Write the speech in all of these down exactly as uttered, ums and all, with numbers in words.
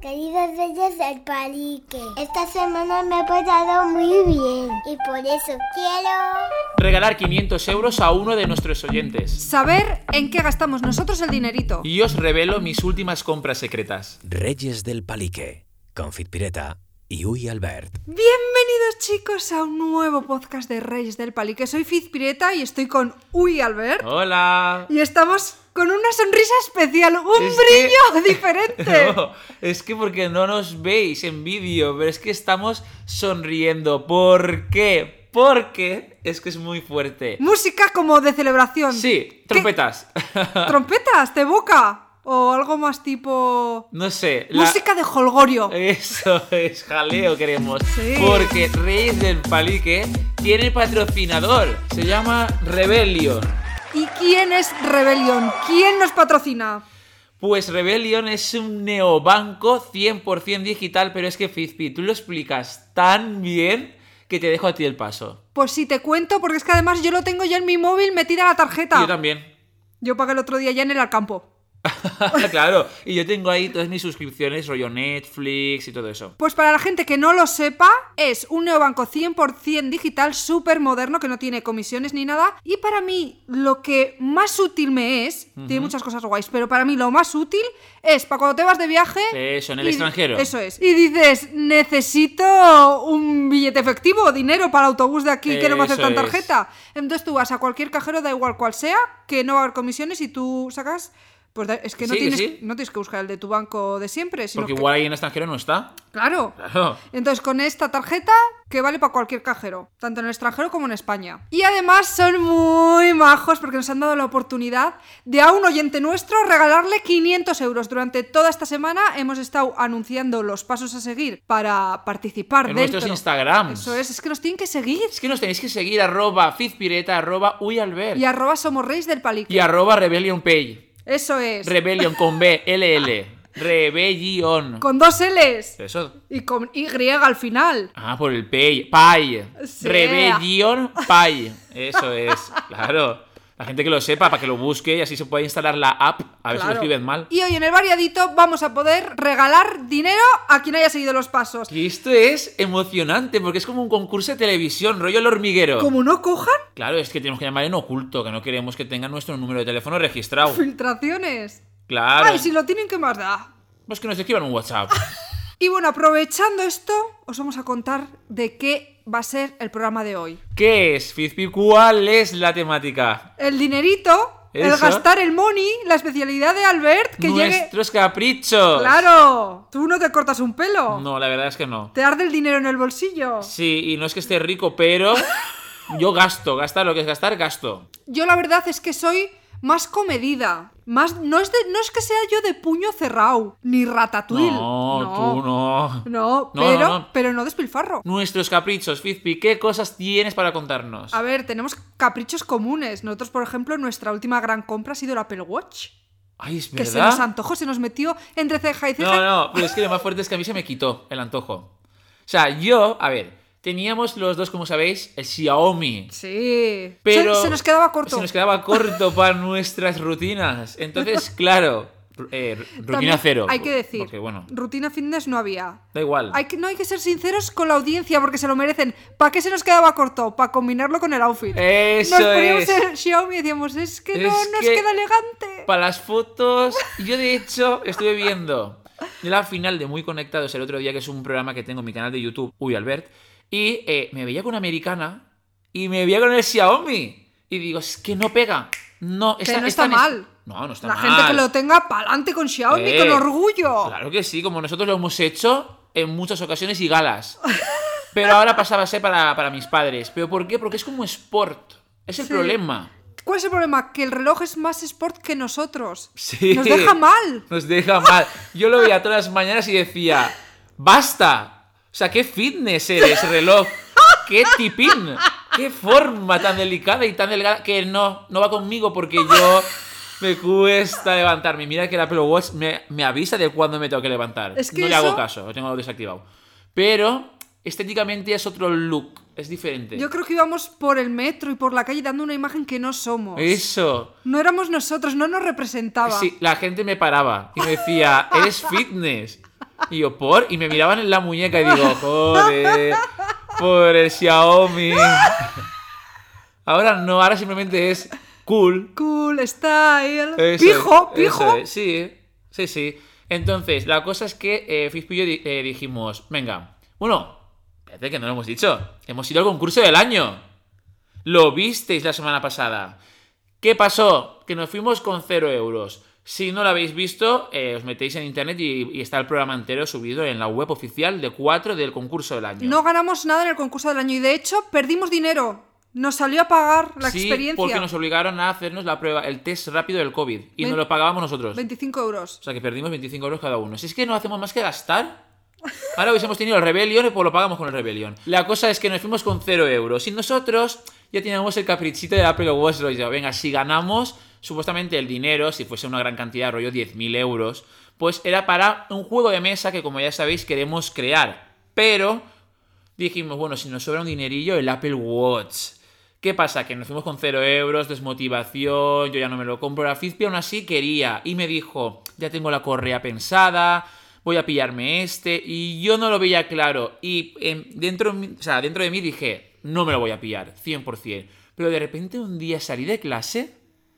Queridos Reyes del Palique, esta semana me he portado muy bien y por eso quiero regalar quinientos euros a uno de nuestros oyentes. Saber en qué gastamos nosotros el dinerito. Y os revelo mis últimas compras secretas. Reyes del Palique, con Fitpireta y Uy Albert. Bienvenidos chicos a un nuevo podcast de Reyes del Palique. Soy Fitpireta y estoy con Uy Albert. Hola. Y estamos con una sonrisa especial, un es brillo que... diferente. No, es que porque no nos veis en vídeo, pero es que estamos sonriendo. ¿Por qué? Porque es que es muy fuerte. Música como de celebración. Sí, trompetas. ¿Trompetas de boca? ¿O algo más tipo...? No sé. La... Música de jolgorio. Eso es, jaleo queremos. Sí. Porque Reyes del Palique tiene patrocinador. Se llama Rebellion. ¿Y quién es Rebellion? ¿Quién nos patrocina? Pues Rebellion es un neobanco cien por ciento digital, pero es que Fizpi, tú lo explicas tan bien que te dejo a ti el paso. Pues sí, te cuento, porque es que además yo lo tengo ya en mi móvil metida la tarjeta. Yo también. Yo pagué el otro día ya en el Alcampo. Claro, y yo tengo ahí todas mis suscripciones, rollo Netflix y todo eso. Pues para la gente que no lo sepa, es un neobanco cien por ciento digital, súper moderno, que no tiene comisiones ni nada. Y para mí, lo que más útil me es, uh-huh. tiene muchas cosas guays, pero para mí lo más útil es para cuando te vas de viaje. Eso, en el y, extranjero. Eso es. Y dices, necesito un billete efectivo, dinero para el autobús de aquí, que no me aceptan tarjeta. Entonces tú vas a cualquier cajero, da igual cual sea, que no va a haber comisiones y tú sacas... Pues es que no, sí, tienes, sí. no tienes que buscar el de tu banco de siempre, sino porque que... igual ahí en el extranjero no está. Claro. Claro. Entonces con esta tarjeta, que vale para cualquier cajero, tanto en el extranjero como en España. Y además son muy majos porque nos han dado la oportunidad de a un oyente nuestro regalarle quinientos euros. Durante toda esta semana hemos estado anunciando los pasos a seguir para participar en dentro. nuestros Instagrams. Eso es, es que nos tienen que seguir. Es que nos tenéis que seguir, arroba Fizpireta, arroba Uyalbert. Y arroba Somos Reyes del Palique. Y arroba Rebellion Pay. Eso es. Rebellion con B, L L. Rebellion. Con dos L's. Eso. Y con Y al final. Ah, por el Pay. Pay. Sí. Rebellion Pay. Eso es. Claro. La gente que lo sepa, para que lo busque y así se puede instalar la app. A ver claro. si lo escriben mal. Y hoy en el variadito vamos a poder regalar dinero a quien haya seguido los pasos. Y esto es emocionante porque es como un concurso de televisión, rollo El Hormiguero. ¿Cómo no cojan? Claro, es que tenemos que llamar en oculto, que no queremos que tengan nuestro número de teléfono registrado. Filtraciones. Claro. Ay, si lo tienen, ¿qué más da? Pues que nos escriban un WhatsApp. Y bueno, aprovechando esto, os vamos a contar de qué va a ser el programa de hoy. ¿Qué es, Fizpi? ¿Cuál es la temática? El dinerito, ¿eso? El gastar el money, la especialidad de Albert, que Nuestros llegue... caprichos. ¡Claro! ¿Tú no te cortas un pelo? No, la verdad es que no. ¿Te arde el dinero en el bolsillo? Sí, y no es que esté rico, pero yo gasto. Gastar lo que es gastar, gasto. Yo la verdad es que soy más comedida. Más, no, es de, no es que sea yo de puño cerrado, ni ratatouille. No, no, tú no. No, no pero, no, no. pero no despilfarro. Nuestros caprichos, Fizpi, ¿qué cosas tienes para contarnos? A ver, tenemos caprichos comunes. Nosotros, por ejemplo, nuestra última gran compra ha sido el Apple Watch. Ay, es verdad. Que se nos antojó, se nos metió entre ceja y ceja. No, no, pero es que lo más fuerte es que a mí se me quitó el antojo. O sea, yo, a ver... Teníamos los dos, como sabéis, el Xiaomi. Sí. Pero se, se nos quedaba corto. Se nos quedaba corto para nuestras rutinas. Entonces, claro, eh, rutina También cero. Hay que decir, porque, bueno, rutina fitness no había. Da igual. Hay que, no hay que ser sinceros con la audiencia porque se lo merecen. ¿Para qué se nos quedaba corto? Para combinarlo con el outfit. Eso nos poníamos es. el Xiaomi y decíamos, es que es no nos que queda elegante. Para las fotos, yo de hecho estuve viendo la final de Muy Conectados el otro día, que es un programa que tengo en mi canal de YouTube, Uy Albert. Y eh, me veía con una americana y me veía con el Xiaomi. Y digo, es que no pega. No, que está, no está, está mal. Es... No, no está La mal. La gente que lo tenga pa'lante con Xiaomi, eh, con orgullo. Claro que sí, como nosotros lo hemos hecho en muchas ocasiones y galas. Pero ahora pasaba a ser para, para mis padres. ¿Pero por qué? Porque es como sport. Es el sí. problema. ¿Cuál es el problema? Que el reloj es más sport que nosotros. Sí. Nos deja mal. Nos deja mal. Yo lo veía todas las mañanas y decía, ¡basta! O sea, qué fitness eres, reloj. Qué tipín. Qué forma tan delicada y tan delgada. Que no, no va conmigo porque yo me cuesta levantarme. Mira que el Apple Watch me, me avisa de cuándo me tengo que levantar. Es que no eso... le hago caso, lo tengo desactivado. Pero estéticamente es otro look. Es diferente. Yo creo que íbamos por el metro y por la calle dando una imagen que no somos. Eso. No éramos nosotros, no nos representaba. Sí, la gente me paraba y me decía, eres fitness. Y yo, ¿por? Y me miraban en la muñeca y digo, joder, por el Xiaomi. Ahora no, ahora simplemente es cool. Cool, style. Eso pijo, es, pijo. eso es. Sí, sí, sí. Entonces, la cosa es que eh, Fispi y yo di- eh, dijimos, venga, bueno, espérate que no lo hemos dicho. Hemos ido al concurso del año. Lo visteis la semana pasada. ¿Qué pasó? Que nos fuimos con cero euros. Si no lo habéis visto, eh, os metéis en internet y, y está el programa entero subido en la web oficial de cuatro del concurso del año. No ganamos nada en el concurso del año y de hecho perdimos dinero. Nos salió a pagar la sí, experiencia. porque nos obligaron a hacernos la prueba, el test rápido del COVID. Y Ve- nos lo pagábamos nosotros. veinticinco euros. O sea que perdimos veinticinco euros cada uno. Si es que no hacemos más que gastar. Ahora hubiésemos tenido el Rebellion y pues lo pagamos con el Rebellion. La cosa es que nos fuimos con cero euros. Y nosotros ya teníamos el caprichito de Apple Watch. Rollo, venga, si ganamos supuestamente el dinero, si fuese una gran cantidad, rollo diez mil euros, pues era para un juego de mesa que, como ya sabéis, queremos crear. Pero dijimos, bueno, si nos sobra un dinerillo, el Apple Watch. ¿Qué pasa? Que nos fuimos con cero euros, desmotivación, yo ya no me lo compro. La Fizpi aún así quería y me dijo, ya tengo la correa pensada, voy a pillarme este, y yo no lo veía claro. Y eh, dentro, o sea, dentro de mí dije, no me lo voy a pillar, cien por ciento. Pero de repente un día salí de clase,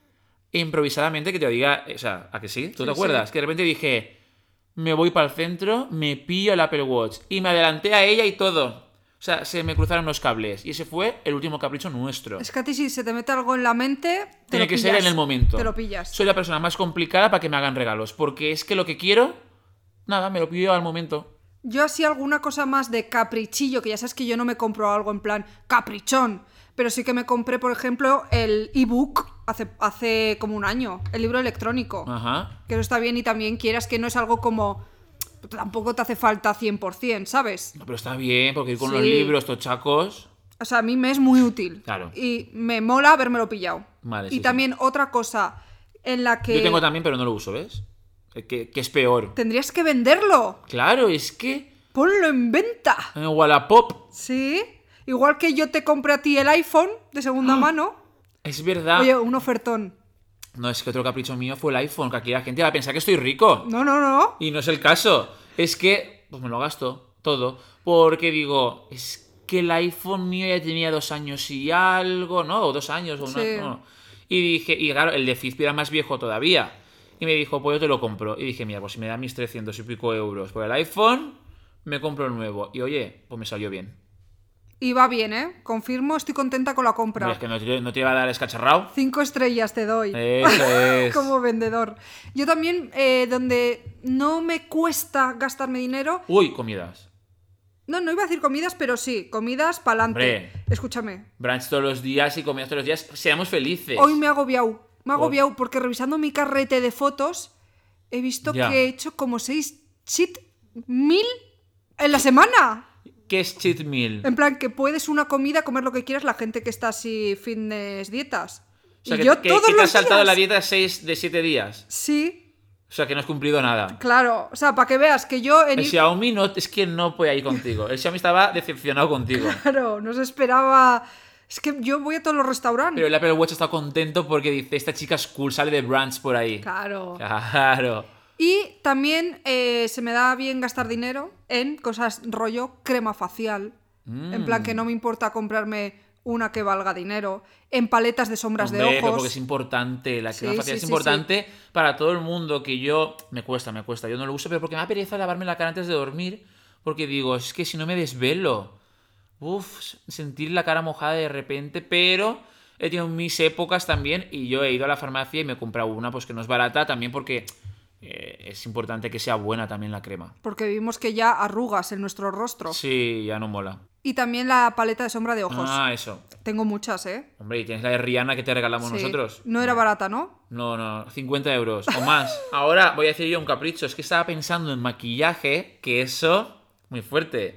e improvisadamente, que te lo diga, o sea, ¿a que sí? ¿Tú Sí, te acuerdas? sí. Que de repente dije, me voy para el centro, me pillo el Apple Watch, y me adelanté a ella y todo. O sea, se me cruzaron los cables. Y ese fue el último capricho nuestro. Es que a ti si se te mete algo en la mente, te Tiene lo que pillas. ser en el momento. Te lo pillas. Soy la persona más complicada para que me hagan regalos. Porque es que lo que quiero, nada, me lo pido al momento. Yo así alguna cosa más de caprichillo, que ya sabes que yo no me compro algo en plan caprichón, pero sí que me compré, por ejemplo, el ebook hace, hace como un año, el libro electrónico. Ajá. Que eso está bien y también quieras que no es algo como... Tampoco te hace falta cien por ciento, ¿sabes? No, pero está bien, porque ir con Sí. los libros tochacos... O sea, a mí me es muy útil. Claro. Y me mola habérmelo pillado. Vale, y sí, también otra cosa en la que Yo tengo también, pero no lo uso, ¿ves? Eh, Que, que es peor. tendrías que venderlo. Claro, es que... Ponlo en venta. En Wallapop. Sí. Igual que yo te compré a ti el iPhone de segunda mano. Es verdad. Oye, un ofertón. No, es que otro capricho mío fue el iPhone, que aquí la gente va a pensar que estoy rico. No, no, no. Y no es el caso. Es que, pues me lo gasto todo. Porque digo, es que el iPhone mío ya tenía dos años y algo, ¿no? O dos años o una. Sí. No. Y dije, y claro, el de Fizpi era más viejo todavía. Y me dijo, pues yo te lo compro. Y dije, mira, pues si me da mis trescientos y pico euros por el iPhone, me compro el nuevo. Y oye, pues me salió bien. Y va bien, ¿eh? Confirmo, estoy contenta con la compra. Hombre, es que no te, no te iba a dar escacharrao. Cinco estrellas te doy. Eso es. Como vendedor. Yo también, eh, donde no me cuesta gastarme dinero. Uy, comidas. No, no iba a decir comidas, pero sí, comidas pa'lante. Hombre. Escúchame. Brunch todos los días y comidas todos los días. Seamos felices. Hoy me ha agobiado. Me ha Oh. agobiado porque revisando mi carrete de fotos he visto Ya. que he hecho como seis cheat mil en la semana. ¿Qué es cheat meal? En plan, que puedes una comida comer lo que quieras la gente que está así fitness dietas. O sea, y que, yo que- todos que te los has saltado días. la dieta seis de siete días. Sí, O sea, que no has cumplido nada. claro. O sea, para que veas que yo en El ir- Xiaomi no, es que no puede ir contigo. El Xiaomi estaba decepcionado contigo. Claro, no se esperaba. Es que yo voy a todos los restaurantes. Pero el Apple Watch está contento porque dice, esta chica es cool, sale de brunch por ahí. Claro. Claro. Y también eh, se me da bien gastar dinero en cosas rollo crema facial. Mm. En plan que no me importa comprarme una que valga dinero. En paletas de sombras Hombre, de pero ojos. porque es importante, la crema Sí, facial sí, es sí, importante para todo el mundo, que yo... Me cuesta, me cuesta, yo no lo uso, pero porque me da pereza lavarme la cara antes de dormir, porque digo, es que si no me desvelo. Uf, sentir la cara mojada de repente, pero he tenido mis épocas también y yo he ido a la farmacia y me he comprado una, pues que no es barata, también porque eh, es importante que sea buena también la crema. Porque vimos que ya arrugas en nuestro rostro. Sí, ya no mola. Y también la paleta de sombra de ojos. Ah, eso. Tengo muchas, ¿eh? Hombre, y tienes la de Rihanna que te regalamos Sí. nosotros. No era barata, ¿no? No, no, cincuenta euros o más. Ahora voy a decir yo un capricho. Es que estaba pensando en maquillaje, que eso, muy fuerte.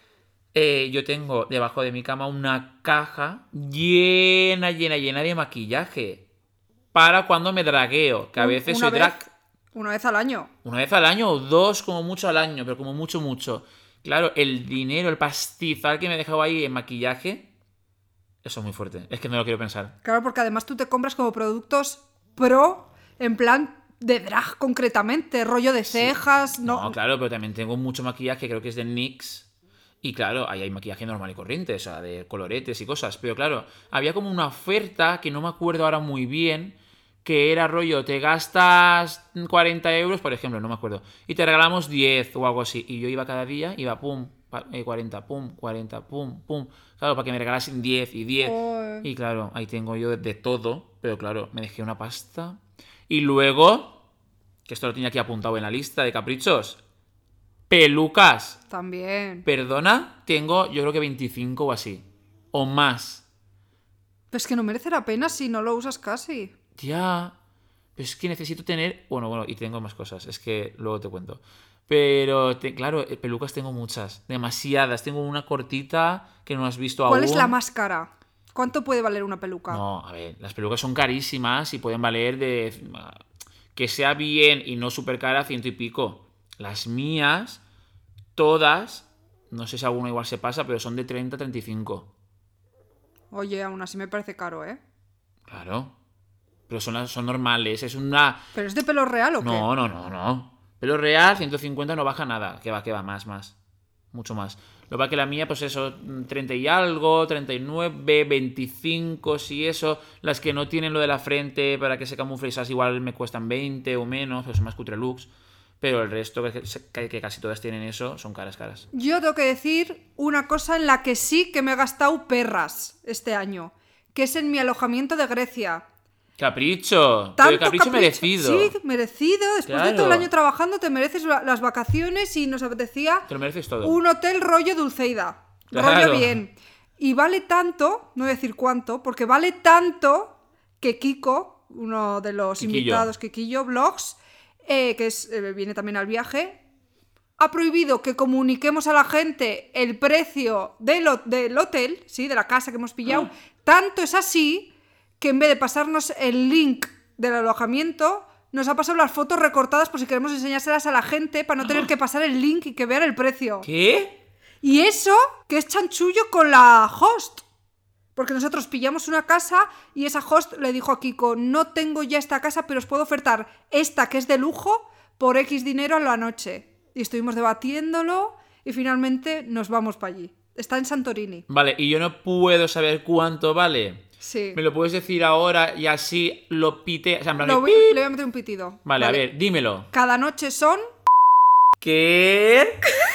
Eh, yo tengo debajo de mi cama una caja llena, llena, llena de maquillaje. Para cuando me dragueo, que a Un- veces una soy vez- drag Una vez al año. una vez al año o dos como mucho al año, pero como mucho, mucho. Claro, el dinero, el pastizal que me he dejado ahí en maquillaje, eso es muy fuerte. Es que no lo quiero pensar. Claro, porque además tú te compras como productos pro, en plan de drag concretamente, rollo de cejas, Sí. no... No, claro, pero también tengo mucho maquillaje, creo que es de N Y X. Y claro, ahí hay maquillaje normal y corriente, o sea, de coloretes y cosas. Pero claro, había como una oferta que no me acuerdo ahora muy bien, que era rollo, te gastas cuarenta euros, por ejemplo, no me acuerdo, y te regalamos diez o algo así. Y yo iba cada día, iba pum, pa- eh, cuarenta, pum, cuarenta, pum, pum. Claro, para que me regalasen diez y diez. Oh. Y claro, ahí tengo yo de, de todo, pero claro, me dejé una pasta. Y luego, que esto lo tenía aquí apuntado en la lista de caprichos, pelucas. También. Perdona, tengo yo creo que veinticinco o así. O más. Pero es que no merece la pena si no lo usas casi. Ya. Pero es que necesito tener... Bueno, bueno, y tengo más cosas. Es que luego te cuento. Pero, te- claro, eh, pelucas tengo muchas. Demasiadas. Tengo una cortita que no has visto aún. ¿Cuál es la más cara? ¿Cuánto puede valer una peluca? No, a ver, las pelucas son carísimas y pueden valer de... Que sea bien y no súper cara, ciento y pico. Las mías, todas, no sé si alguna igual se pasa, pero son de treinta a treinta y cinco. Oye, aún así me parece caro, ¿eh? Claro. Pero son, las- son normales. Es una... ¿Pero es de pelo real o qué? No, no, no, no. Pelo real, ciento cincuenta no baja nada. Que va, que va, más, más. Mucho más. Lo que va que la mía, pues eso, treinta y algo, treinta y nueve, veinticinco, si eso. Las que no tienen lo de la frente para que se camufle esas igual me cuestan veinte o menos, o son más cutre looks. Pero el resto, que, que- que casi todas tienen eso, son caras, caras. Yo tengo que decir una cosa en la que sí que me he gastado perras este año, que es en mi alojamiento de Grecia. Capricho. Tanto Pero capricho, merecido. Sí, merecido. Después de Claro. todo el año trabajando te mereces la- las vacaciones y nos apetecía Te lo mereces todo. un hotel rollo Dulceida. Claro. Rollo bien. Y vale tanto, no voy a decir cuánto, porque vale tanto que Kiko, uno de los Kikillo. invitados, Kikillo Vlogs, eh, que es, eh, viene también al viaje, ha prohibido que comuniquemos a la gente el precio del, ho- del hotel, ¿sí? De la casa que hemos pillado. Tanto es así que en vez de pasarnos el link del alojamiento, nos ha pasado las fotos recortadas por si queremos enseñárselas a la gente para no tener que pasar el link y que vean el precio. ¿Qué? Y eso que es chanchullo con la host. Porque nosotros pillamos una casa y esa host le dijo a Kiko, no tengo ya esta casa, pero os puedo ofertar esta que es de lujo por X dinero a la noche. Y estuvimos debatiéndolo y finalmente nos vamos para allí. Está en Santorini. Vale, y yo no puedo saber cuánto vale. Sí. ¿Me lo puedes decir ahora y así lo pite? O sea, en plan de Lo voy- pip. le voy a meter un pitido. Vale, a ver, dímelo. Cada noche son... ¿Qué?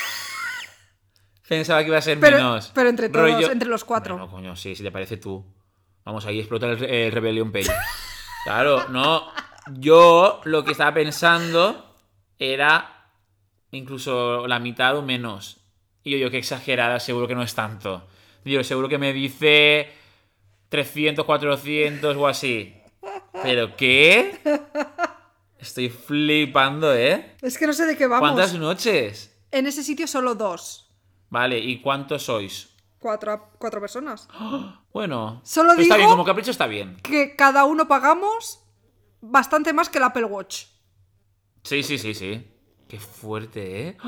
Pensaba que iba a ser Pero- menos. pero entre todos, entre los cuatro. Bueno, coño, sí, si te parece tú. Vamos, ahí explota el, el Rebellion Page. Claro, no. Yo lo que estaba pensando era incluso la mitad o menos. Y yo, yo, qué exagerada, seguro que no es tanto. Yo, seguro que me dice trescientos, cuatrocientos o así. ¿Pero qué? Estoy flipando, ¿eh? Es que no sé de qué vamos. ¿Cuántas noches? En ese sitio solo dos. Vale, ¿y cuántos sois? Cuatro, cuatro personas. Bueno, Solo pero está digo- bien, como capricho está bien. Que cada uno pagamos bastante más que el Apple Watch. Sí, sí, sí, sí. Qué fuerte, ¿eh?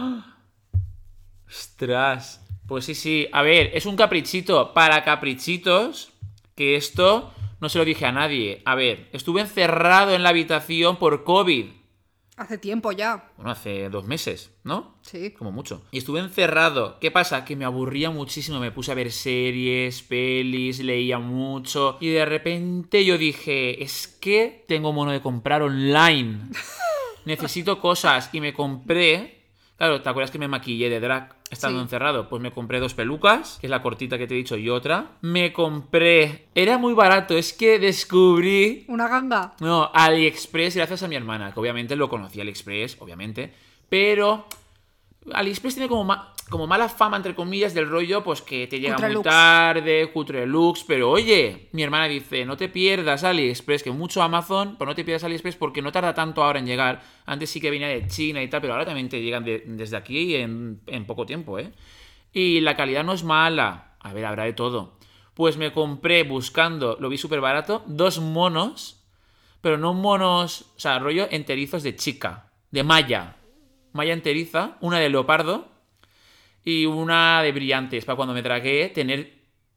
Ostras. Pues sí, sí. A ver, es un caprichito para caprichitos, que esto no se lo dije a nadie. A ver, estuve encerrado en la habitación por COVID. Hace tiempo ya. Bueno, hace dos meses, ¿no? Sí. Como mucho. Y estuve encerrado. ¿Qué pasa? Que me aburría muchísimo. Me puse a ver series, pelis, leía mucho. Y de repente yo dije, es que tengo mono de comprar online. Necesito cosas. Y me compré... Claro, ¿te acuerdas que me maquillé de drag estando Sí. encerrado? Pues me compré dos pelucas, que es la cortita que te he dicho, y otra. Me compré... Era muy barato. Es que descubrí... Una ganga. No, AliExpress gracias a mi hermana, que obviamente lo conocía AliExpress, obviamente, pero AliExpress tiene como, ma- como mala fama, entre comillas, del rollo, pues que te llega Cutre muy looks. tarde, cutre looks, pero oye, mi hermana dice, no te pierdas AliExpress, que mucho Amazon, pero no te pierdas AliExpress porque no tarda tanto ahora en llegar. Antes sí que venía de China y tal, pero ahora también te llegan de- desde aquí en, en poco tiempo, ¿eh? Y la calidad no es mala, a ver, habrá de todo. Pues me compré buscando, lo vi súper barato, dos monos, pero no monos, o sea, rollo enterizos de chica, de malla. Malla enteriza, una de leopardo y una de brillantes, para cuando me tragué tener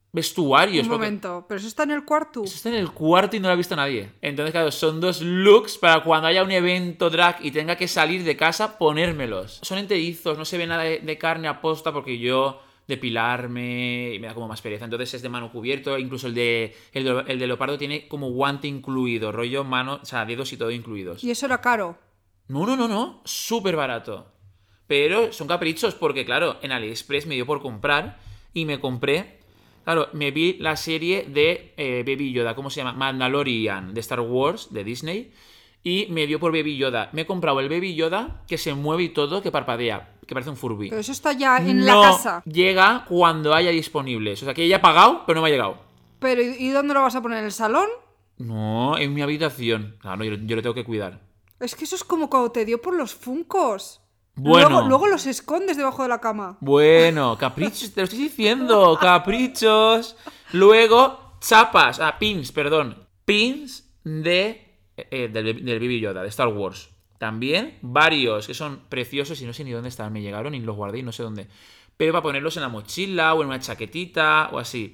vestuarios. Un porque momento, pero eso está en el cuarto. Eso está en el cuarto y no lo ha visto nadie. Entonces, claro, son dos looks para cuando haya un evento drag y tenga que salir de casa, ponérmelos. Son enterizos, no se ve nada de, de carne aposta porque yo depilarme y me da como más pereza. Entonces es de mano cubierto, incluso el de, el de, el de leopardo tiene como guante incluido, rollo mano, o sea, dedos y todo incluidos. Y eso era caro. No, no, no, no, súper barato. Pero son caprichos porque, claro, en AliExpress me dio por comprar y me compré... Claro, me vi la serie de eh, Baby Yoda, ¿cómo se llama? Mandalorian, de Star Wars, de Disney. Y me dio por Baby Yoda. Me he comprado el Baby Yoda que se mueve y todo, que parpadea, que parece un Furby. Pero eso está ya en no la casa. Llega cuando haya disponibles. O sea, que ya he pagado, pero no me ha llegado. Pero ¿y dónde lo vas a poner? ¿En el salón? No, en mi habitación. Claro, yo, yo lo tengo que cuidar. Es que eso es como cuando te dio por los funcos. Bueno. Luego, luego los escondes debajo de la cama. Bueno, caprichos, te lo estoy diciendo, caprichos. Luego, chapas, ah, pins, perdón. Pins de, eh, del, del Baby Yoda, de Star Wars. También varios, que son preciosos y no sé ni dónde están, me llegaron y los guardé y no sé dónde. Pero para ponerlos en la mochila o en una chaquetita o así.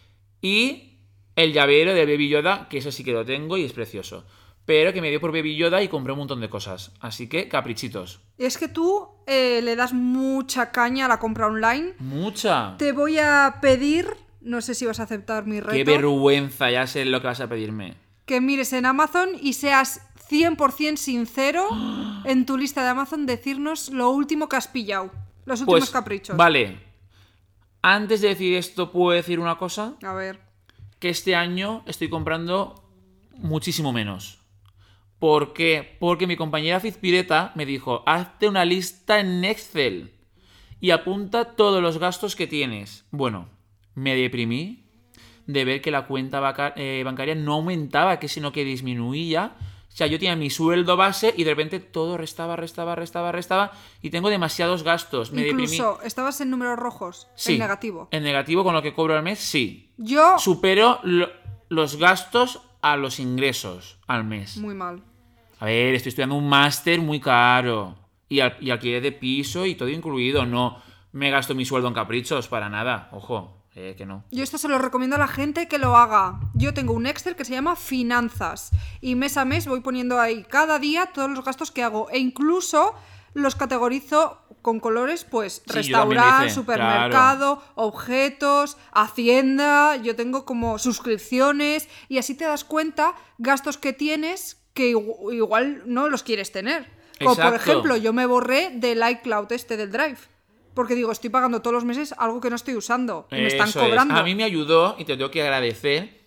Y el llavero del Baby Yoda, que eso sí que lo tengo y es precioso. Pero que me dio por Baby Yoda y compré un montón de cosas. Así que, caprichitos. Y es que tú eh, le das mucha caña a la compra online. Mucha. Te voy a pedir, no sé si vas a aceptar mi reto, Qué vergüenza, ya sé lo que vas a pedirme. que mires en Amazon y seas cien por ciento sincero en tu lista de Amazon, decirnos lo último que has pillado. Los últimos Pues, caprichos. vale. Antes de decir esto, ¿puedo decir una cosa? A ver. Que este año estoy comprando muchísimo menos. ¿Por qué? Porque mi compañera Fizpireta me dijo, hazte una lista en Excel y apunta todos los gastos que tienes. Bueno, me deprimí de ver que la cuenta banca- eh, bancaria no aumentaba, que sino que disminuía. O sea, yo tenía mi sueldo base y de repente todo restaba, restaba, restaba, restaba y tengo demasiados gastos. Me deprimí. Incluso, ¿estabas en números rojos? Sí, En negativo. En negativo con lo que cobro al mes, sí. Yo... Supero lo- los gastos a los ingresos al mes. Muy mal. A ver, estoy estudiando un máster muy caro. Y, al, y alquiler de piso y todo incluido. No me gasto mi sueldo en caprichos para nada. Ojo, eh, que no. Yo esto se lo recomiendo a la gente que lo haga. Yo tengo un Excel que se llama Finanzas y mes a mes voy poniendo ahí cada día todos los gastos que hago e incluso los categorizo con colores, pues Sí, yo también lo restaurante, hice, supermercado, objetos, hacienda, yo tengo como suscripciones y así te das cuenta gastos que tienes que igu- igual no los quieres tener. Como por Exacto. ejemplo, yo me borré del iCloud este del Drive. Porque digo, estoy pagando todos los meses algo que no estoy usando. Y me están Eso es. cobrando. A mí me ayudó y te lo tengo que agradecer.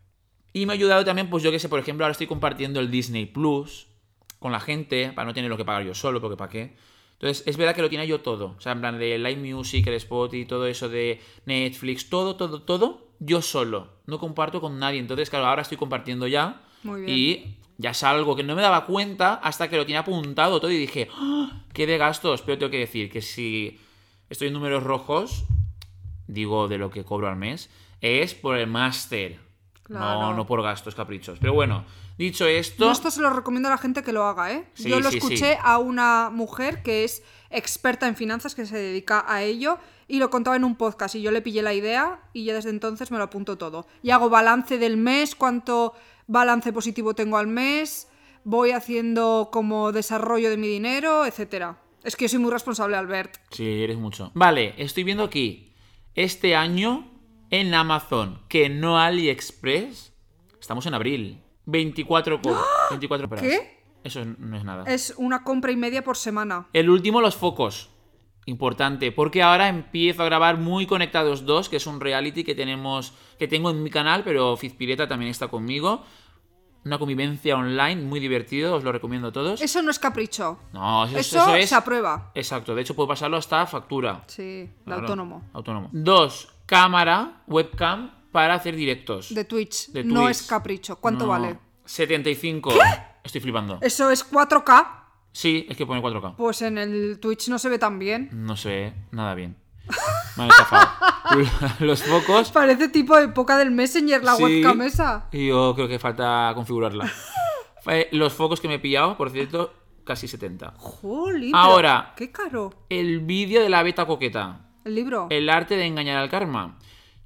Y me ha ayudado también, pues yo que sé, por ejemplo, ahora estoy compartiendo el Disney Plus con la gente para no tener lo que pagar yo solo, porque ¿para qué? Entonces, es verdad que lo tenía yo todo. O sea, en plan de Live Music, el Spotify, todo eso de Netflix, todo, todo, todo, yo solo. No comparto con nadie. Entonces, claro, ahora estoy compartiendo ya. Muy bien. Y ya es algo que no me daba cuenta hasta que lo tenía apuntado todo y dije, ¡ah! ¡Qué de gastos! Pero tengo que decir que si estoy en números rojos, digo de lo que cobro al mes, es por el máster. Claro. No, no por gastos, caprichos. Pero bueno, dicho esto... Yo esto se lo recomiendo a la gente que lo haga, ¿eh? Sí, Yo lo sí, escuché sí. a una mujer que es experta en finanzas, que se dedica a ello, y lo contaba en un podcast, y yo le pillé la idea, y ya desde entonces me lo apunto todo. Y hago balance del mes, cuánto balance positivo tengo al mes, voy haciendo como desarrollo de mi dinero, etcétera. Es que yo soy muy responsable, Albert. Sí, eres mucho. Vale, estoy viendo aquí. Este año en Amazon, que no AliExpress, estamos en abril. veinticuatro, co- veinticuatro peras. ¿Qué? Eso no es nada. Es una compra y media por semana. El último, los focos. Importante, porque ahora empiezo a grabar Muy Conectados dos, que es un reality que tenemos, que tengo en mi canal, pero Fizpireta también está conmigo. Una convivencia online muy divertido, os lo recomiendo a todos. Eso no es capricho. No, eso, Eso, eso es... se aprueba. Exacto, de hecho puedo pasarlo hasta factura. Sí, de Claro, autónomo. Autónomo. Dos, cámara, webcam para hacer directos. De Twitch. De No Twitch. es capricho. ¿Cuánto No, vale? setenta y cinco. Estoy flipando. Eso es cuatro K. Sí, es que pone cuatro K. Pues en el Twitch no se ve tan bien. No se ve nada bien. Me han estafado. Los focos... Parece tipo época del Messenger la Sí, webcam esa. Y yo creo que falta configurarla. Eh, Los focos que me he pillado, por cierto, casi setenta. Jolín, Ahora. pero qué caro. El vídeo de la beta coqueta. El libro. El arte de engañar al karma.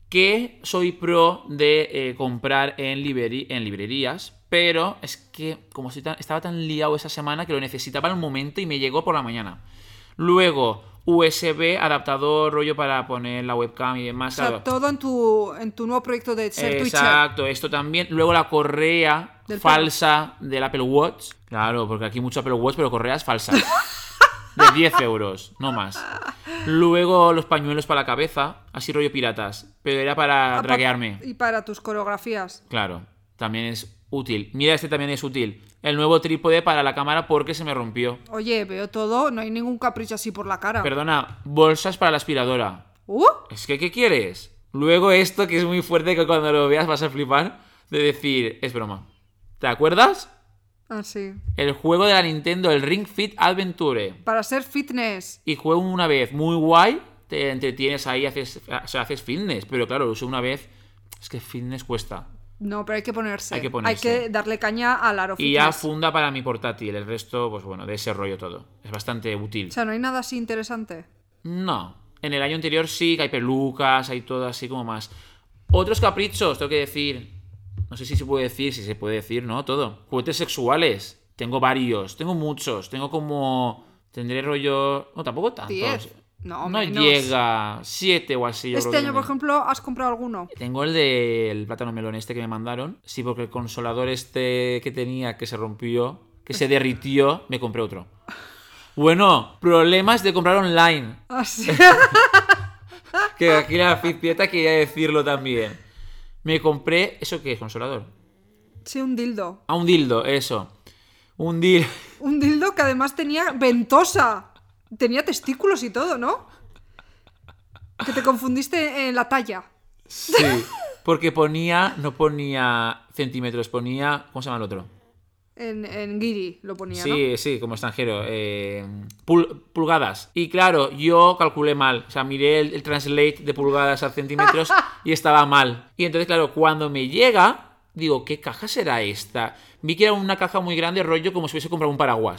que soy pro de eh, comprar en, librerí- en librerías, pero es que como estoy tan- estaba tan liado esa semana que lo necesitaba al momento y me llegó por la mañana. Luego, U S B, adaptador, rollo para poner la webcam y demás. O sea, claro. todo en tu, en tu nuevo proyecto de ser Twitcher. Exacto, esto también. Luego la correa Del falsa del Apple Watch. Claro, porque aquí mucho Apple Watch, pero correas falsas. De diez euros, no más. Luego los pañuelos para la cabeza, así rollo piratas. Pero era para Ah, pa- draguearme. Y para tus coreografías. Claro, también es útil. Mira, este también es útil. El nuevo trípode para la cámara porque se me rompió. Oye, veo todo, no hay ningún capricho así por la cara. Perdona, bolsas para la aspiradora. ¿Uh? Es que, ¿qué quieres? Luego esto que es muy fuerte, que cuando lo veas vas a flipar, de decir, es broma. ¿Te acuerdas? Ah, sí. El juego de la Nintendo, el Ring Fit Adventure. Para ser fitness. Y juego una vez, muy guay, te entretienes ahí, haces, o sea, haces fitness. Pero claro, lo uso una vez, es que fitness cuesta. No, pero hay que ponerse. Hay que ponerse. Hay que darle caña al aro Y ya fitness. funda para mi portátil, el resto, pues bueno, de ese rollo todo. Es bastante útil. O sea, no hay nada así interesante. No, en el año anterior sí, que hay pelucas, hay todo así como más. Otros caprichos, tengo que decir. No sé si se puede decir, si se puede decir, ¿no? Todo. Juguetes sexuales. Tengo varios, tengo muchos. Tengo como... Tendré rollo... No, tampoco tantos. Diez. No, No menos. llega. Siete o así. Yo Este creo que año, por me- ejemplo, ¿has comprado alguno? Tengo el del plátano melón este que me mandaron. Sí, porque el consolador este que tenía que se rompió, que se derritió, me compré otro. Bueno, problemas de comprar online. Ah, sí. Que aquí la Fitpieta quería decirlo también. Me compré... ¿Eso qué es, consolador? Sí, un dildo. Ah, un dildo, eso. Un dildo... Un dildo que además tenía ventosa. Tenía testículos y todo, ¿no? Que te confundiste en la talla. Sí. Porque ponía... No ponía centímetros, ponía... ¿Cómo se llama el otro? En, en guiri lo ponía, ¿no? Sí, sí, como extranjero. eh, pul- pulgadas. Y claro, yo calculé mal. O sea, miré el, el translate de pulgadas a centímetros y estaba mal. Y entonces, claro, cuando me llega, digo, ¿qué caja será esta? Vi que era una caja muy grande, rollo como si hubiese comprado un paraguas.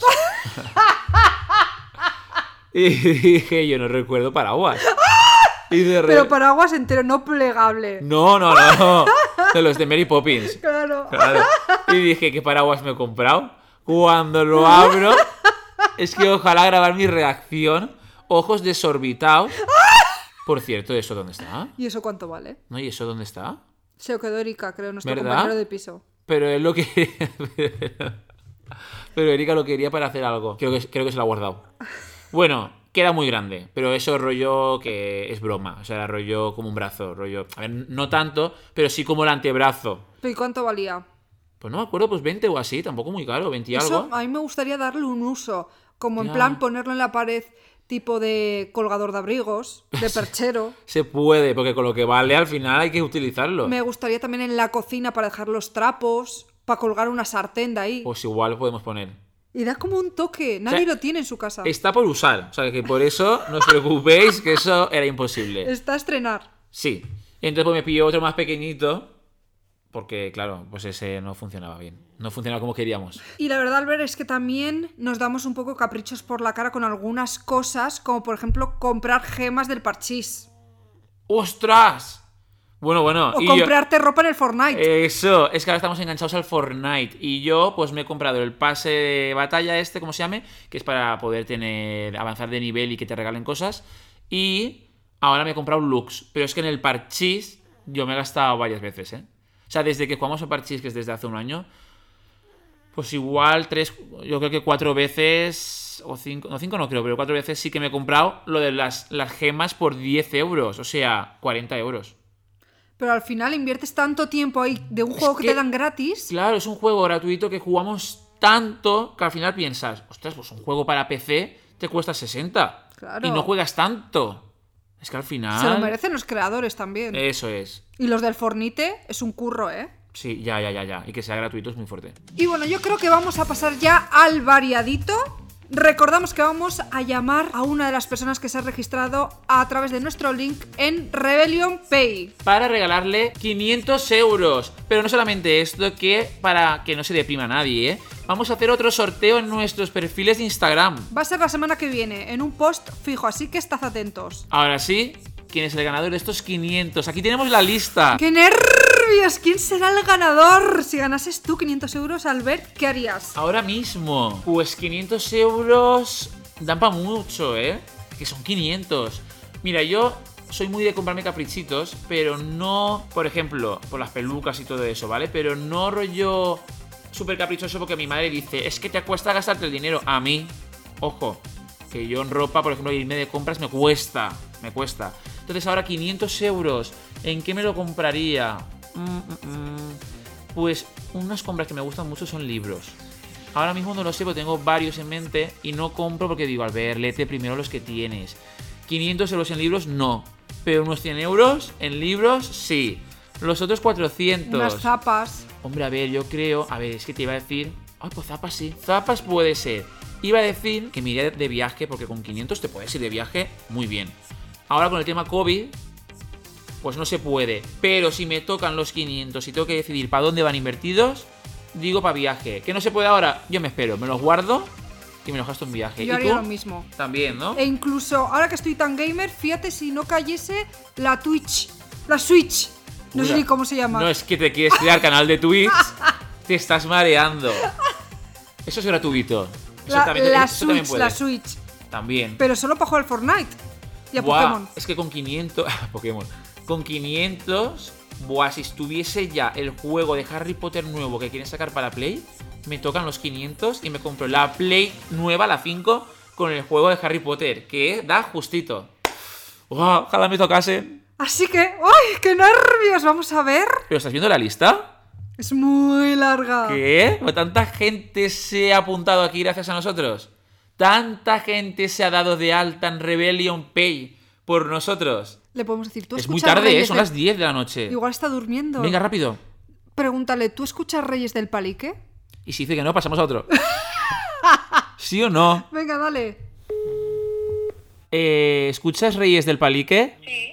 Y dije, yo no recuerdo paraguas. Y de re- Pero paraguas entero, no plegable. No, no, no. De los de Mary Poppins. Claro. Claro. Y dije, ¿qué paraguas me he comprado? Cuando lo abro, es que ojalá grabar mi reacción. Ojos desorbitados. Por cierto, ¿eso dónde está? ¿Y eso cuánto vale? ¿No? ¿Y eso dónde está? Se lo quedó Erika, creo, nuestro ¿Verdad? compañero de piso. Pero él lo quería... Pero Erika lo quería para hacer algo. Creo que, creo que se lo ha guardado. Bueno, queda muy grande. Pero eso rollo que es broma. O sea, rollo como un brazo. Rollo... A ver, no tanto, pero sí como el antebrazo. ¿Pero y cuánto valía? Pues no me acuerdo, pues veinte o así. Tampoco muy caro, veinte y Eso algo. a mí me gustaría darle un uso. Como en Ya. plan ponerlo en la pared tipo de colgador de abrigos, de perchero. Se puede, porque con lo que vale al final hay que utilizarlo. Me gustaría también en la cocina para dejar los trapos, para colgar una sartén de ahí. Pues igual lo podemos poner. Y da como un toque. Nadie O sea, lo tiene en su casa. Está por usar. O sea, que por eso no os preocupéis, que eso era imposible. Está a estrenar. Sí. Entonces pues me pilló otro más pequeñito. Porque, claro, pues ese no funcionaba bien. No funcionaba como queríamos. Y la verdad, Albert, es que también nos damos un poco caprichos por la cara con algunas cosas, como por ejemplo comprar gemas del parchís. ¡Ostras! Bueno, bueno. O y yo- comprarte ropa en el Fortnite. Eso, es que ahora estamos enganchados al Fortnite. Y yo, pues me he comprado el pase de batalla este, como se llame, que es para poder tener, avanzar de nivel y que te regalen cosas. Y ahora me he comprado Lux. Pero es que en el parchís yo me he gastado varias veces, ¿eh? O sea, desde que jugamos a parchís, que es desde hace un año, pues igual tres, yo creo que cuatro veces, o cinco, no cinco no creo, pero cuatro veces sí que me he comprado lo de las, las gemas por diez euros. O sea, cuarenta euros. Pero al final inviertes tanto tiempo ahí de un Es juego que, que- te dan gratis. Claro, es un juego gratuito que jugamos tanto que al final piensas, ostras, pues un juego para P C te cuesta sesenta. Claro. Y no juegas tanto. Es que al final... Se lo merecen los creadores también. Eso es. Y los del Fornite es un curro, ¿eh? Sí, ya, ya, ya, ya. Y que sea gratuito es muy fuerte. Y bueno, yo creo que vamos a pasar ya al variadito. Recordamos que vamos a llamar a una de las personas que se ha registrado a través de nuestro link en Rebellion Pay. Para regalarle quinientos euros. Pero no solamente esto, que para que no se deprima nadie, ¿eh? Vamos a hacer otro sorteo en nuestros perfiles de Instagram. Va a ser la semana que viene, en un post fijo, así que estad atentos. Ahora sí, quién es el ganador de estos quinientos. Aquí tenemos la lista. ¡Qué nervios! ¿Quién será el ganador? Si ganases tú quinientos euros, Albert, ¿qué harías? Ahora mismo, pues quinientos euros dan para mucho, ¿eh? Que son quinientos. Mira, yo soy muy de comprarme caprichitos, pero no, por ejemplo, por las pelucas y todo eso, ¿vale? Pero no rollo súper caprichoso porque mi madre dice, es que te cuesta gastarte el dinero. A mí, ojo, que yo en ropa, por ejemplo, irme de compras me cuesta, me cuesta. Entonces ahora quinientos euros, ¿en qué me lo compraría? Mm, mm, mm. Pues unas compras que me gustan mucho son libros. Ahora mismo no lo sé, porque tengo varios en mente y no compro porque digo, a ver, léete primero los que tienes. quinientos euros en libros, no. Pero unos cien euros en libros, sí. Los otros cuatrocientos. Unas zapas. Hombre, a ver, yo creo... A ver, es que te iba a decir... Ay, pues zapas sí. Zapas puede ser. Iba a decir que me iría de viaje, porque con quinientos te puedes ir de viaje muy bien. Ahora con el tema COVID, pues no se puede. Pero si me tocan los quinientos y tengo que decidir para dónde van invertidos, digo para viaje. ¿Que no se puede ahora? Yo me espero, me los guardo y me los gasto en viaje. Yo ¿Y haría tú? lo mismo. También, ¿no? E incluso, ahora que estoy tan gamer, fíjate si no cayese la Twitch, la Switch. No Mira, sé ni cómo se llama. No es que te quieres crear canal de Twitch, te estás mareando. Eso es gratuito. Eso la también, la eso también Switch, puede. la Switch. También. Pero solo para jugar al Fortnite y a Buah, Pokémon. es que con quinientos... Pokémon. Con quinientos... Buah, si estuviese ya el juego de Harry Potter nuevo que quieren sacar para Play, me tocan los quinientos y me compro la Play nueva, la cinco, con el juego de Harry Potter, que da justito. Buah, ojalá me tocase. Así que, ¡ay, qué nervios! Vamos a ver. ¿Pero estás viendo la lista? Es muy larga. ¿Qué? ¿O tanta gente se ha apuntado aquí gracias a nosotros? ¿Tanta gente se ha dado de alta en Rebellion Pay por nosotros? Le podemos decir, ¿tú Es escuchas muy tarde, ¿eh? Reyes Son del- las diez de la noche. Igual está durmiendo. Venga, rápido. Pregúntale, ¿tú escuchas Reyes del Palique? Y si dice que no, pasamos a otro. ¿Sí o no? Venga, dale. Eh, ¿Escuchas Reyes del Palique? Sí.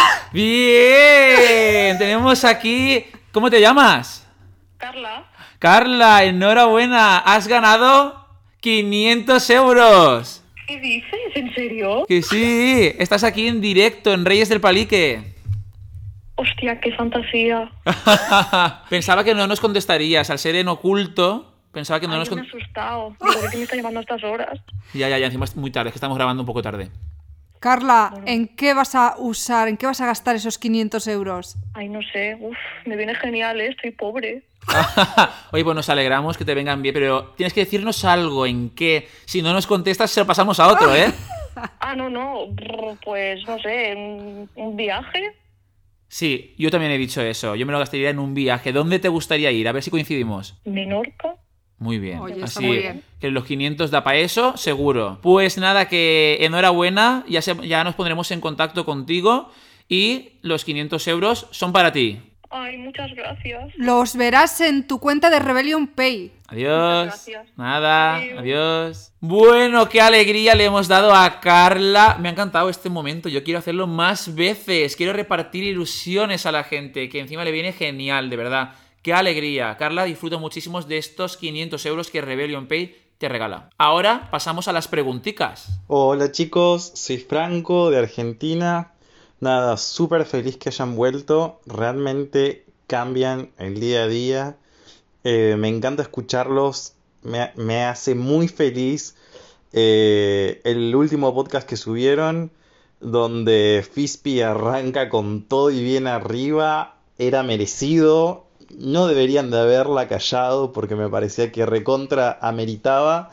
¡Bien! Tenemos aquí... ¿Cómo te llamas? Carla, Carla, enhorabuena. Has ganado quinientos euros. ¿qué dices? ¿En serio? Que sí, estás aquí en directo en Reyes del Palique. Hostia, qué fantasía. Pensaba que no nos contestarías. Al ser en oculto, pensaba que no Ay, nos yo me he contestarías. asustado. Digo, ¿por qué me está llamando a estas horas? Ya, ya, ya. Encima es muy tarde, es que estamos grabando un poco tarde. Carla, ¿en qué vas a usar, en qué vas a gastar esos quinientos euros? Ay, no sé. Uf, me viene genial, ¿eh? Estoy pobre. Oye, pues nos alegramos que te vengan bien, pero tienes que decirnos algo, en qué. Si no nos contestas, se lo pasamos a otro, ¿eh? Ah, no, no. brr, Pues, no sé, un, un viaje. Sí, yo también he dicho eso. Yo me lo gastaría en un viaje. ¿Dónde te gustaría ir? A ver si coincidimos. Menorca. Muy bien. Oye, está Así muy bien. que los quinientos da para eso, seguro. Pues nada, que enhorabuena. Ya, se- ya nos pondremos en contacto contigo y los quinientos euros son para ti. Ay, muchas gracias. Los verás en tu cuenta de Rebellion Pay. Adiós. Muchas gracias. Nada, Adiós. adiós. Bueno, qué alegría le hemos dado a Carla. Me ha encantado este momento. Yo quiero hacerlo más veces. Quiero repartir ilusiones a la gente, que encima le viene genial, de verdad. Qué alegría. Carla, disfruto muchísimo de estos quinientos euros que Rebellion Pay te regala. Ahora pasamos a las pregunticas. Hola chicos, soy Franco de Argentina. Nada, súper feliz que hayan vuelto. Realmente cambian el día a día. Eh, me encanta escucharlos. Me, me hace muy feliz eh, el último podcast que subieron, donde Fispi arranca con todo y bien arriba. Era merecido. No deberían de haberla callado porque me parecía que recontra ameritaba.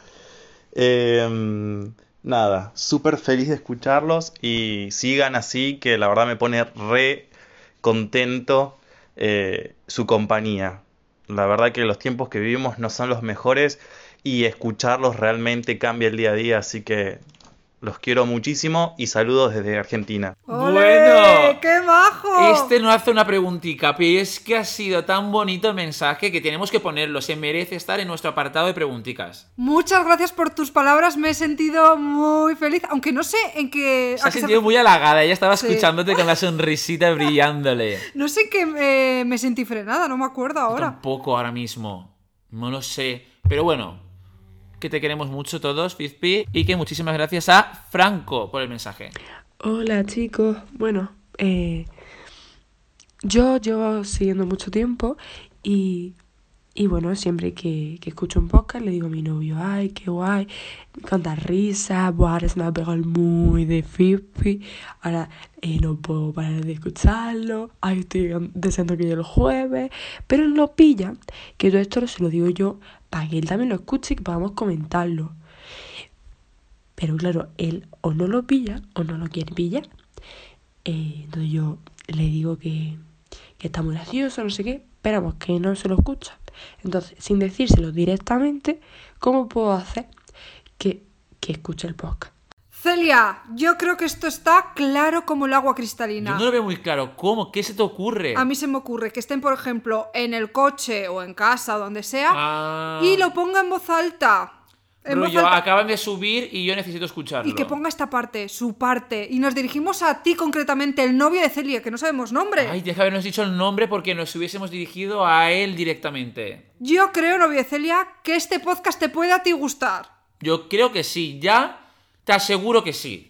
Eh, nada, súper feliz de escucharlos y sigan así, que la verdad me pone re contento eh, su compañía. La verdad que los tiempos que vivimos no son los mejores y escucharlos realmente cambia el día a día, así que los quiero muchísimo y saludos desde Argentina. ¡Ole! Bueno. ¡Qué majo! Este no hace una preguntica, pero es que ha sido tan bonito el mensaje que tenemos que ponerlo. Se merece estar en nuestro apartado de pregunticas. Muchas gracias por tus palabras, me he sentido muy feliz, aunque no sé en qué... Se a ha qué sentido muy halagada. Ella estaba Sí. escuchándote con la sonrisita brillándole. No sé en qué eh, me sentí frenada, no me acuerdo ahora. Tampoco ahora mismo. No lo sé. Pero bueno, que te queremos mucho todos, Fizpi. Y que muchísimas gracias a Franco por el mensaje. Hola chicos, bueno, eh, yo llevo siguiendo mucho tiempo y, y bueno, siempre que, que escucho un podcast le digo a mi novio, ay, qué guay, cuánta risa, buah, ahora se me ha pegado el muy de Fifi, ahora eh, no puedo parar de escucharlo, ay, estoy deseando que llegue el jueves, pero él no pilla, que todo esto se lo digo yo para que él también lo escuche y que podamos comentarlo. Pero claro, él o no lo pilla o no lo quiere pillar. Eh, entonces yo le digo que, que está muy gracioso, no sé qué, pero vamos, que no se lo escucha. Entonces, sin decírselo directamente, ¿cómo puedo hacer que, que escuche el podcast? Celia, yo creo que esto está claro como el agua cristalina. Yo no lo veo muy claro. ¿Cómo? ¿Qué se te ocurre? A mí se me ocurre que estén, por ejemplo, en el coche o en casa o donde sea Ah. y lo ponga en voz alta. En voz Rollo, alta. acaban de subir y yo necesito escucharlo. Y que ponga esta parte, su parte. Y nos dirigimos a ti concretamente, el novio de Celia, que no sabemos nombre. Ay, deja de habernos dicho el nombre porque nos hubiésemos dirigido a él directamente. Yo creo, novio de Celia, que este podcast te puede a ti gustar. Yo creo que sí, ya te aseguro que sí.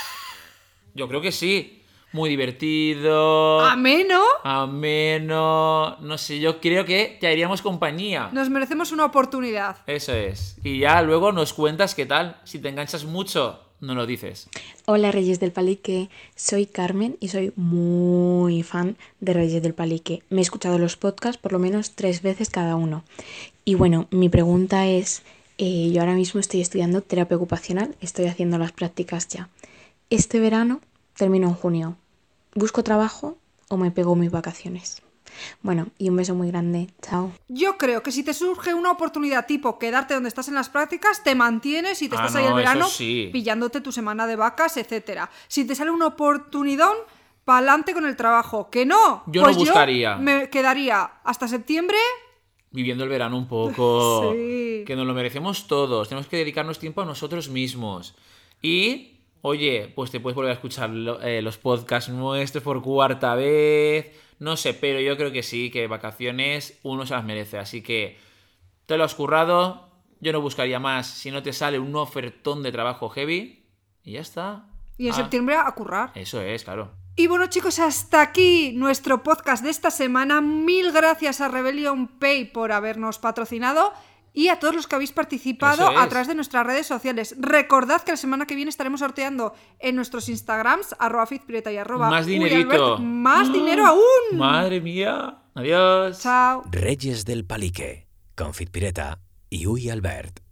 Yo creo que sí. Muy divertido. Ameno. Ameno. No sé, yo creo que te haríamos compañía. Nos merecemos una oportunidad. Eso es. Y ya luego nos cuentas qué tal. Si te enganchas mucho, no lo dices. Hola Reyes del Palique, soy Carmen y soy muy fan de Reyes del Palique. Me he escuchado los podcasts por lo menos tres veces cada uno. Y bueno, mi pregunta es, eh, yo ahora mismo estoy estudiando terapia ocupacional, estoy haciendo las prácticas ya. Este verano termino en junio. ¿Busco trabajo o me pego mis vacaciones? Bueno, y un beso muy grande. Chao. Yo creo que si te surge una oportunidad tipo quedarte donde estás en las prácticas, te mantienes y te Ah, estás ahí no, el verano eso sí. pillándote tu semana de vacas, etcétera. Si te sale una oportunidad, pa'lante con el trabajo. Que no, Yo pues no buscaría. yo me quedaría hasta septiembre. Viviendo el verano un poco. Sí. Que nos lo merecemos todos. Tenemos que dedicarnos tiempo a nosotros mismos. Y, oye, pues te puedes volver a escuchar lo- eh, los podcasts nuestros por cuarta vez. No sé, pero yo creo que sí, que vacaciones uno se las merece. Así que te lo has currado. Yo no buscaría más si no te sale un ofertón de trabajo heavy. Y ya está. Y en Ah, septiembre a currar. Eso es, claro. Y bueno, chicos, hasta aquí nuestro podcast de esta semana. Mil gracias a Rebellion Pay por habernos patrocinado y a todos los que habéis participado Eso es. a través de nuestras redes sociales. Recordad que la semana que viene estaremos sorteando en nuestros Instagrams, arroba fitpireta y arroba Más Uri dinerito. Albert, más ¡Ah! dinero aún. Madre mía. Adiós. Chao. Reyes del Palique, con Fitpireta y Uy Albert.